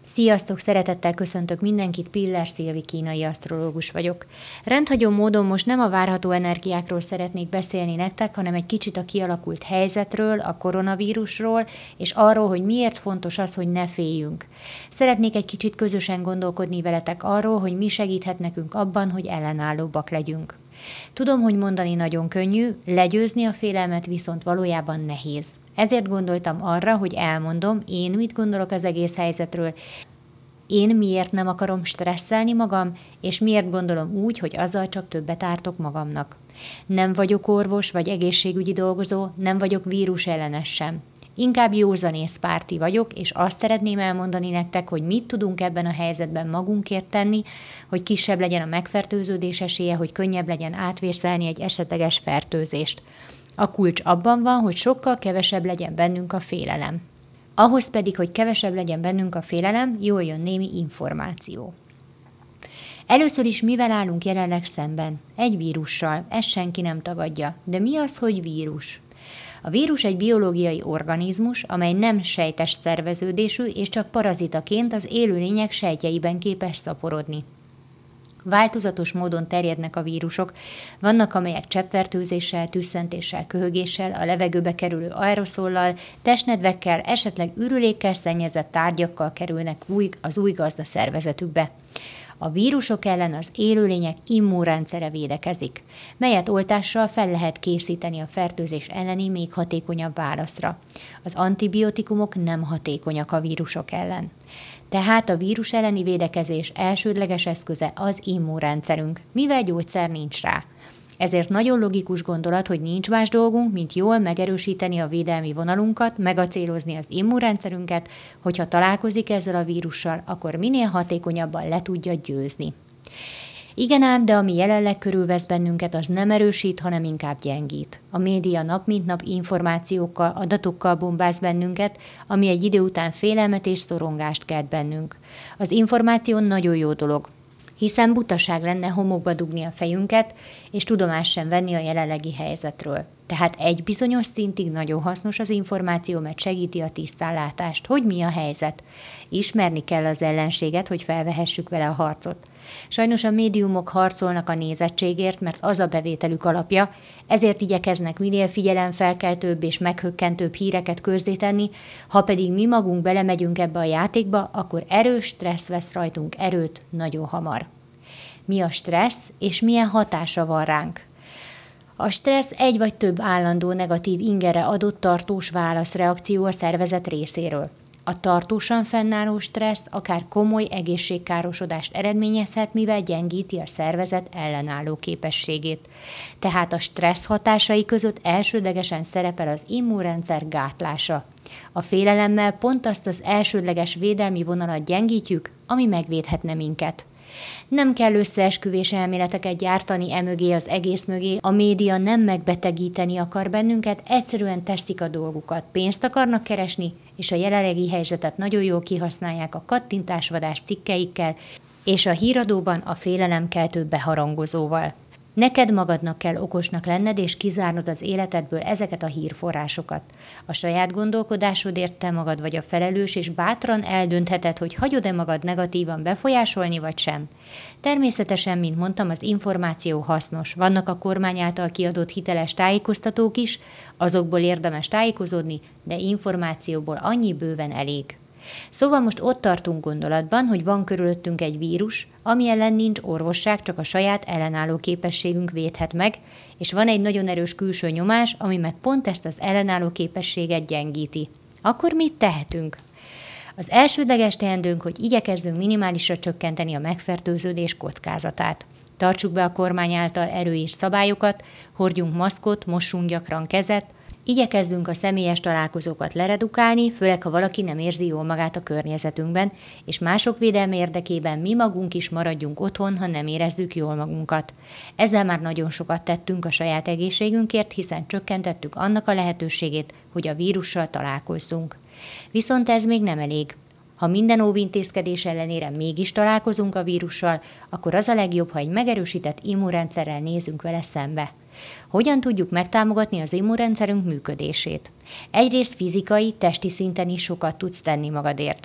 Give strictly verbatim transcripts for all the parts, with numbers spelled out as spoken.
Sziasztok, szeretettel köszöntök mindenkit, Piller Szilvi kínai asztrológus vagyok. Rendhagyó módon most nem a várható energiákról szeretnék beszélni nektek, hanem egy kicsit a kialakult helyzetről, a koronavírusról, és arról, hogy miért fontos az, hogy ne féljünk. Szeretnék egy kicsit közösen gondolkodni veletek arról, hogy mi segíthet nekünk abban, hogy ellenállóbbak legyünk. Tudom, hogy mondani nagyon könnyű, legyőzni a félelmet viszont valójában nehéz. Ezért gondoltam arra, hogy elmondom, én mit gondolok az egész helyzetről, én miért nem akarom stresszelni magam, és miért gondolom úgy, hogy azzal csak többet ártok magamnak. Nem vagyok orvos vagy egészségügyi dolgozó, nem vagyok vírusellenes sem. Inkább józanészpárti vagyok, és azt szeretném elmondani nektek, hogy mit tudunk ebben a helyzetben magunkért tenni, hogy kisebb legyen a megfertőződés esélye, hogy könnyebb legyen átvészelni egy esetleges fertőzést. A kulcs abban van, hogy sokkal kevesebb legyen bennünk a félelem. Ahhoz pedig, hogy kevesebb legyen bennünk a félelem, jól jön némi információ. Először is mivel állunk jelenleg szemben? Egy vírussal, ezt senki nem tagadja. De mi az, hogy vírus? A vírus egy biológiai organizmus, amely nem sejtes szerveződésű, és csak parazitaként az élőlények sejtjeiben képes szaporodni. Változatos módon terjednek a vírusok, vannak amelyek cseppfertőzéssel, tüsszentéssel, köhögéssel, a levegőbe kerülő aeroszollal, testnedvekkel, esetleg ürülékkel szennyezett tárgyakkal kerülnek új, az új gazdaszervezetükbe. A vírusok ellen az élőlények immunrendszere védekezik, melyet oltással fel lehet készíteni a fertőzés elleni még hatékonyabb válaszra. Az antibiotikumok nem hatékonyak a vírusok ellen. Tehát a vírus elleni védekezés elsődleges eszköze az immunrendszerünk, mivel gyógyszer nincs rá. Ezért nagyon logikus gondolat, hogy nincs más dolgunk, mint jól megerősíteni a védelmi vonalunkat, megacélozni az immunrendszerünket, hogyha találkozik ezzel a vírussal, akkor minél hatékonyabban le tudja győzni. Igen ám, de ami jelenleg körülvesz bennünket, az nem erősít, hanem inkább gyengít. A média nap mint nap információkkal, adatokkal bombáz bennünket, ami egy idő után félelmet és szorongást kelt bennünk. Az információ nagyon jó dolog, hiszen butaság lenne homokba dugni a fejünket, és tudomást sem venni a jelenlegi helyzetről. Tehát egy bizonyos szintig nagyon hasznos az információ, mert segíti a tisztánlátást, hogy mi a helyzet. Ismerni kell az ellenséget, hogy felvehessük vele a harcot. Sajnos a médiumok harcolnak a nézettségért, mert az a bevételük alapja, ezért igyekeznek minél figyelemfelkeltőbb és meghökkentőbb híreket közzétenni, ha pedig mi magunk belemegyünk ebbe a játékba, akkor erős stressz vesz rajtunk erőt nagyon hamar. Mi a stressz, és milyen hatása van ránk? A stressz egy vagy több állandó negatív ingerre adott tartós válaszreakció a szervezet részéről. A tartósan fennálló stressz akár komoly egészségkárosodást eredményezhet, mivel gyengíti a szervezet ellenálló képességét. Tehát a stressz hatásai között elsődlegesen szerepel az immunrendszer gátlása. A félelemmel pont azt az elsődleges védelmi vonalat gyengítjük, ami megvédhetne minket. Nem kell összeesküvés elméleteket gyártani emögé az egész mögé, a média nem megbetegíteni akar bennünket, egyszerűen teszik a dolgukat, pénzt akarnak keresni, és a jelenlegi helyzetet nagyon jól kihasználják a kattintásvadás cikkeikkel, és a híradóban a félelemkeltő beharangozóval. Neked magadnak kell okosnak lenned, és kizárnod az életedből ezeket a hírforrásokat. A saját gondolkodásodért te magad vagy a felelős, és bátran eldöntheted, hogy hagyod-e magad negatívan befolyásolni, vagy sem. Természetesen, mint mondtam, az információ hasznos. Vannak a kormány által kiadott hiteles tájékoztatók is, azokból érdemes tájékozódni, de információból annyi bőven elég. Szóval most ott tartunk gondolatban, hogy van körülöttünk egy vírus, ami ellen nincs orvosság, csak a saját ellenálló képességünk védhet meg, és van egy nagyon erős külső nyomás, ami meg pont ezt az ellenálló képességet gyengíti. Akkor mit tehetünk? Az elsődleges teendőnk, hogy igyekezzünk minimálisra csökkenteni a megfertőződés kockázatát. Tartsuk be a kormány által erőírt szabályokat, hordjunk maszkot, mossunk gyakran kezet, igyekezzünk a személyes találkozókat leredukálni, főleg ha valaki nem érzi jól magát a környezetünkben, és mások védelme érdekében mi magunk is maradjunk otthon, ha nem érezzük jól magunkat. Ezzel már nagyon sokat tettünk a saját egészségünkért, hiszen csökkentettük annak a lehetőségét, hogy a vírussal találkozzunk. Viszont ez még nem elég. Ha minden óvintézkedés ellenére mégis találkozunk a vírussal, akkor az a legjobb, ha egy megerősített immunrendszerrel nézünk vele szembe. Hogyan tudjuk megtámogatni az immunrendszerünk működését? Egyrészt fizikai, testi szinten is sokat tudsz tenni magadért.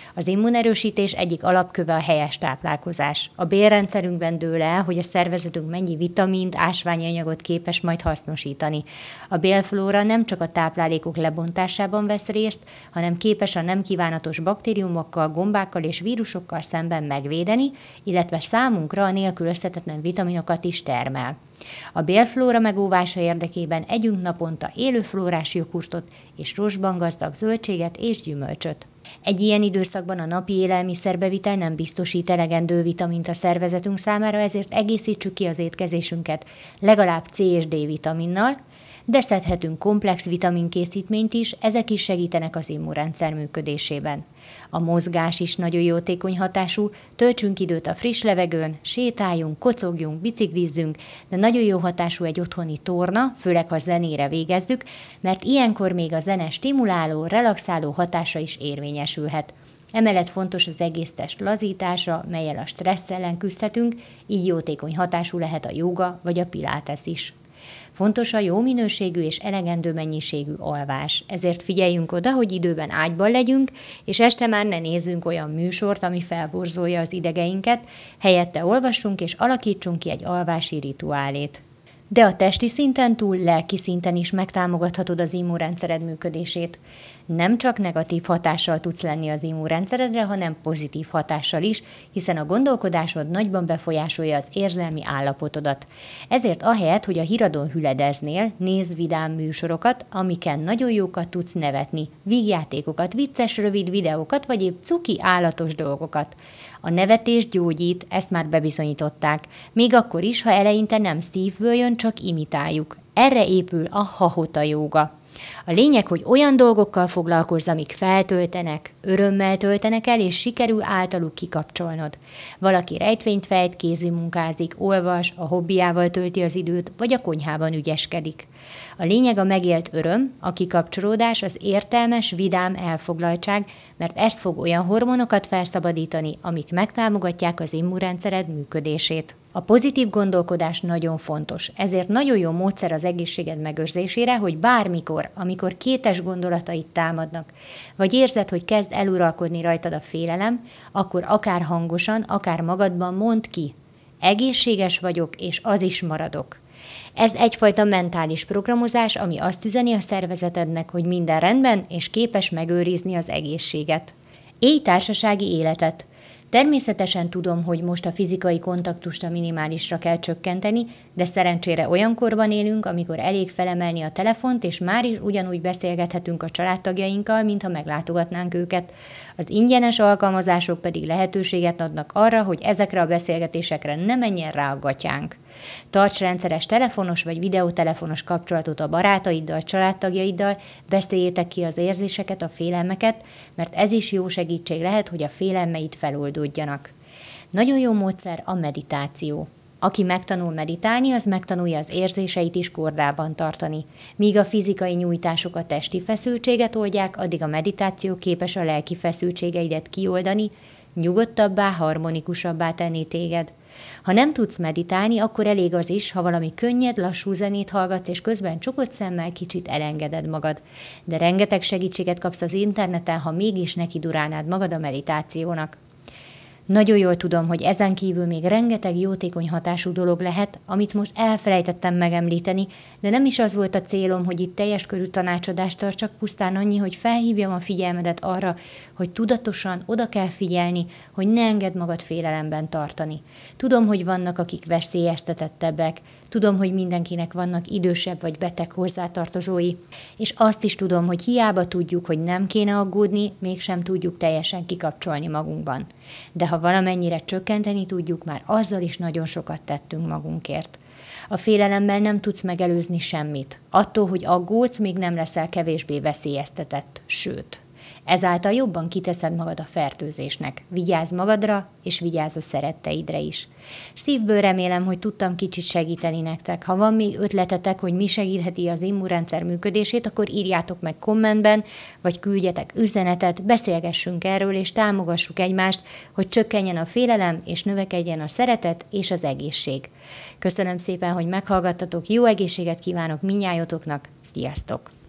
Az immunerősítés egyik alapköve a helyes táplálkozás. A bélrendszerünkben dől el, hogy a szervezetünk mennyi vitamint, ásványi anyagot képes majd hasznosítani. A bélflóra nem csak a táplálékok lebontásában vesz részt, hanem képes a nem kívánatos baktériumokkal, gombákkal és vírusokkal szemben megvédeni, illetve számunkra a nélkülözhetetlen vitaminokat is termel. A bélflóra megóvása érdekében együnk naponta élőflórás joghurtot és rostban gazdag zöldséget és gyümölcsöt. Egy ilyen időszakban a napi élelmiszerbevitel nem biztosít elegendő vitamint a szervezetünk számára, ezért egészítsük ki az étkezésünket legalább C és D vitaminnal, de szedhetünk komplex vitaminkészítményt is, ezek is segítenek az immunrendszer működésében. A mozgás is nagyon jótékony hatású, töltsünk időt a friss levegőn, sétáljunk, kocogjunk, biciklizzünk, de nagyon jó hatású egy otthoni torna, főleg ha zenére végezzük, mert ilyenkor még a zene stimuláló, relaxáló hatása is érvényesülhet. Emellett fontos az egész test lazítása, mellyel a stressz ellen küzdhetünk, így jótékony hatású lehet a jóga vagy a pilates is. Fontos a jó minőségű és elegendő mennyiségű alvás, ezért figyeljünk oda, hogy időben ágyban legyünk, és este már ne nézzünk olyan műsort, ami felborzolja az idegeinket, helyette olvassunk és alakítsunk ki egy alvási rituálét. De a testi szinten túl lelki szinten is megtámogathatod az immunrendszered működését. Nem csak negatív hatással tudsz lenni az immunrendszeredre, hanem pozitív hatással is, hiszen a gondolkodásod nagyban befolyásolja az érzelmi állapotodat. Ezért ahelyett, hogy a híradón hüledeznél, nézz vidám műsorokat, amiken nagyon jókat tudsz nevetni, vígjátékokat, vicces rövid videókat, vagy épp cuki állatos dolgokat. A nevetés gyógyít, ezt már bebizonyították, még akkor is, ha eleinte nem szívből jön, csak imitáljuk. Erre épül a hahota jóga. A lényeg, hogy olyan dolgokkal foglalkozz, amik feltöltenek, örömmel töltenek el, és sikerül általuk kikapcsolnod. Valaki rejtvényt fejt, kézi munkázik, olvas, a hobbiával tölti az időt, vagy a konyhában ügyeskedik. A lényeg a megélt öröm, a kikapcsolódás, az értelmes, vidám elfoglaltság, mert ez fog olyan hormonokat felszabadítani, amik megtámogatják az immunrendszered működését. A pozitív gondolkodás nagyon fontos, ezért nagyon jó módszer az egészséged megőrzésére, hogy bármikor, amikor kétes gondolatait támadnak, vagy érzed, hogy kezd eluralkodni rajtad a félelem, akkor akár hangosan, akár magadban mondd ki: egészséges vagyok, és az is maradok. Ez egyfajta mentális programozás, ami azt üzeni a szervezetednek, hogy minden rendben, és képes megőrizni az egészséget. Élj társasági életet. Természetesen tudom, hogy most a fizikai kontaktust a minimálisra kell csökkenteni, de szerencsére olyan korban élünk, amikor elég felemelni a telefont, és már is ugyanúgy beszélgethetünk a családtagjainkkal, mintha meglátogatnánk őket. Az ingyenes alkalmazások pedig lehetőséget adnak arra, hogy ezekre a beszélgetésekre ne menjen rá a gatyánk. Tarts rendszeres telefonos vagy videótelefonos kapcsolatot a barátaiddal, családtagjaiddal, beszéljétek ki az érzéseket, a félelmeket, mert ez is jó segítség lehet, hogy a félelmeid feloldódjanak. Nagyon jó módszer a meditáció. Aki megtanul meditálni, az megtanulja az érzéseit is kordában tartani. Míg a fizikai nyújtások a testi feszültséget oldják, addig a meditáció képes a lelki feszültségeidet kioldani, nyugodtabbá, harmonikusabbá tenni téged. Ha nem tudsz meditálni, akkor elég az is, ha valami könnyed, lassú zenét hallgatsz, és közben csukott szemmel kicsit elengeded magad. De rengeteg segítséget kapsz az interneten, ha mégis neki durálnád magad a meditációnak. Nagyon jól tudom, hogy ezen kívül még rengeteg jótékony hatású dolog lehet, amit most elfelejtettem megemlíteni, de nem is az volt a célom, hogy itt teljes körű tanácsadást tartsak, pusztán annyi, hogy felhívjam a figyelmedet arra, hogy tudatosan oda kell figyelni, hogy ne engedd magad félelemben tartani. Tudom, hogy vannak, akik veszélyeztetettebbek, tudom, hogy mindenkinek vannak idősebb vagy beteg hozzátartozói, és azt is tudom, hogy hiába tudjuk, hogy nem kéne aggódni, mégsem tudjuk teljesen kikapcsolni magunkban. De ha valamennyire csökkenteni tudjuk, már azzal is nagyon sokat tettünk magunkért. A félelemmel nem tudsz megelőzni semmit. Attól, hogy aggódsz, még nem leszel kevésbé veszélyeztetett, sőt. Ezáltal jobban kiteszed magad a fertőzésnek. Vigyázz magadra, és vigyázz a szeretteidre is. Szívből remélem, hogy tudtam kicsit segíteni nektek. Ha van még ötletetek, hogy mi segítheti az immunrendszer működését, akkor írjátok meg kommentben, vagy küldjetek üzenetet, beszélgessünk erről, és támogassuk egymást, hogy csökkenjen a félelem, és növekedjen a szeretet és az egészség. Köszönöm szépen, hogy meghallgattatok, jó egészséget kívánok mindnyájatoknak, sziasztok!